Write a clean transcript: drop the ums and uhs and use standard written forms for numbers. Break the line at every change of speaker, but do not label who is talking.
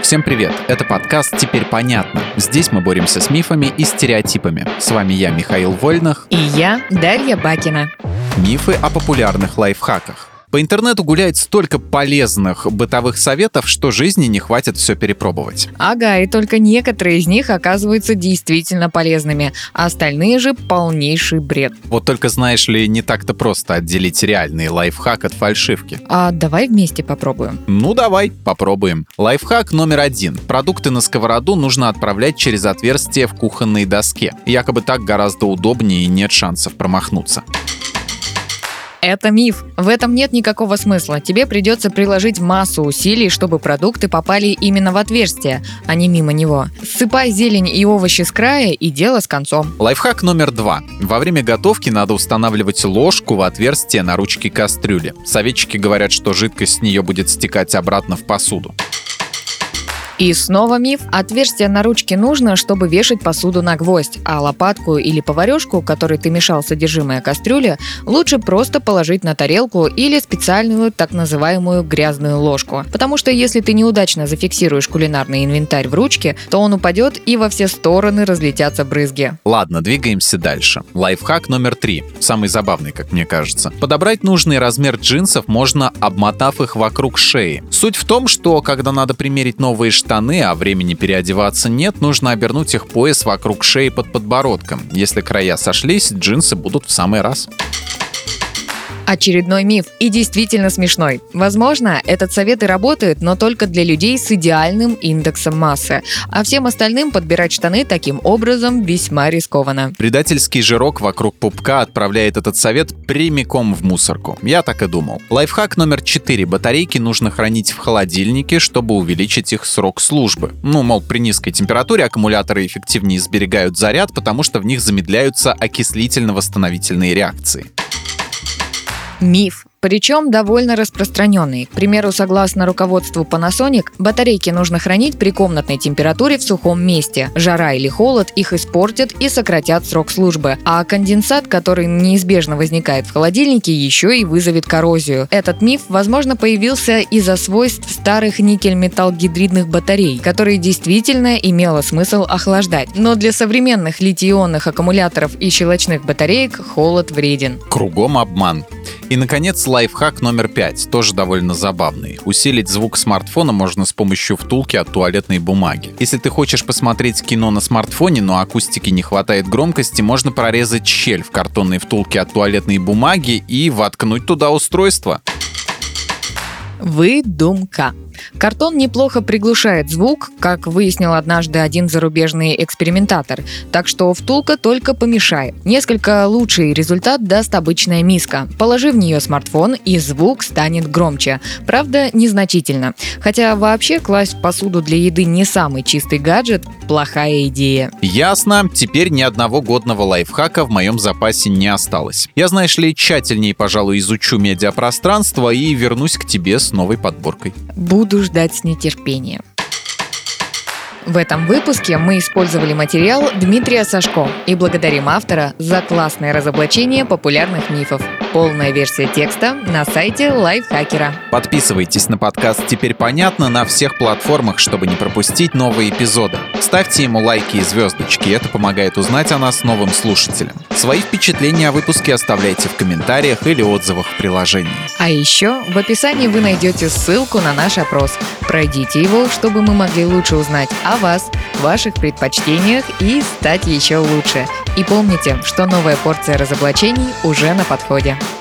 Всем привет! Это подкаст «Теперь понятно». Здесь мы боремся с мифами и стереотипами. С вами я, Михаил Вольных.
И я, Дарья Бакина.
Мифы о популярных лайфхаках. По интернету гуляет столько полезных бытовых советов, что жизни не хватит все перепробовать.
Ага, и только некоторые из них оказываются действительно полезными, а остальные же полнейший бред.
Вот только, знаешь ли, не так-то просто отделить реальный лайфхак от фальшивки.
А давай вместе попробуем.
Ну давай, попробуем. Лайфхак номер 1. Продукты на сковороду нужно отправлять через отверстие в кухонной доске. Якобы так гораздо удобнее и нет шансов промахнуться.
Это миф. В этом нет никакого смысла. Тебе придется приложить массу усилий, чтобы продукты попали именно в отверстие, а не мимо него. Ссыпай зелень и овощи с края, и дело с концом.
Лайфхак номер 2. Во время готовки надо устанавливать ложку в отверстие на ручке кастрюли. Советчики говорят, что жидкость с нее будет стекать обратно в посуду.
И снова миф. Отверстие на ручке нужно, чтобы вешать посуду на гвоздь, а лопатку или поварешку, которой ты мешал содержимое кастрюли, лучше просто положить на тарелку или специальную так называемую грязную ложку. Потому что если ты неудачно зафиксируешь кулинарный инвентарь в ручке, то он упадет и во все стороны разлетятся брызги.
Ладно, двигаемся дальше. Лайфхак номер 3. Самый забавный, как мне кажется. Подобрать нужный размер джинсов можно, обмотав их вокруг шеи. Суть в том, что когда надо примерить новые штаны, а времени переодеваться нет, нужно обернуть их пояс вокруг шеи под подбородком. Если края сошлись, джинсы будут в самый раз.
Очередной миф. И действительно смешной. Возможно, этот совет и работает, но только для людей с идеальным индексом массы. А всем остальным подбирать штаны таким образом весьма рискованно.
Предательский жирок вокруг пупка отправляет этот совет прямиком в мусорку. Я так и думал. Лайфхак номер 4. Батарейки нужно хранить в холодильнике, чтобы увеличить их срок службы. Мол, при низкой температуре аккумуляторы эффективнее сберегают заряд, потому что в них замедляются окислительно-восстановительные реакции.
Миф. Причем довольно распространенный. К примеру, согласно руководству Panasonic, батарейки нужно хранить при комнатной температуре в сухом месте. Жара или холод их испортят и сократят срок службы. А конденсат, который неизбежно возникает в холодильнике, еще и вызовет коррозию. Этот миф, возможно, появился из-за свойств старых никель-металл-гидридных батарей, которые действительно имело смысл охлаждать. Но для современных литий-ионных аккумуляторов и щелочных батареек холод вреден.
Кругом обман. И, наконец, лайфхак номер 5, тоже довольно забавный. Усилить звук смартфона можно с помощью втулки от туалетной бумаги. Если ты хочешь посмотреть кино на смартфоне, но акустики не хватает громкости, можно прорезать щель в картонной втулке от туалетной бумаги и воткнуть туда устройство.
Выдумка. Картон неплохо приглушает звук, как выяснил однажды один зарубежный экспериментатор, так что втулка только помешает. Несколько лучший результат даст обычная миска. Положи в нее смартфон, и звук станет громче. Правда, незначительно. Хотя вообще класть в посуду для еды не самый чистый гаджет – плохая идея.
Ясно. Теперь ни одного годного лайфхака в моем запасе не осталось. Я, знаешь ли, тщательнее, пожалуй, изучу медиапространство и вернусь к тебе с новой подборкой.
Буду ждать с нетерпением. В этом выпуске мы использовали материал Дмитрия Сашко и благодарим автора за классное разоблачение популярных мифов. Полная версия текста на сайте Лайфхакера.
Подписывайтесь на подкаст «Теперь понятно» на всех платформах, чтобы не пропустить новые эпизоды. Ставьте ему лайки и звездочки, это помогает узнать о нас новым слушателям. Свои впечатления о выпуске оставляйте в комментариях или отзывах в приложении.
А еще в описании вы найдете ссылку на наш опрос. Пройдите его, чтобы мы могли лучше узнать о вас, ваших предпочтениях и стать еще лучше. И помните, что новая порция разоблачений уже на подходе.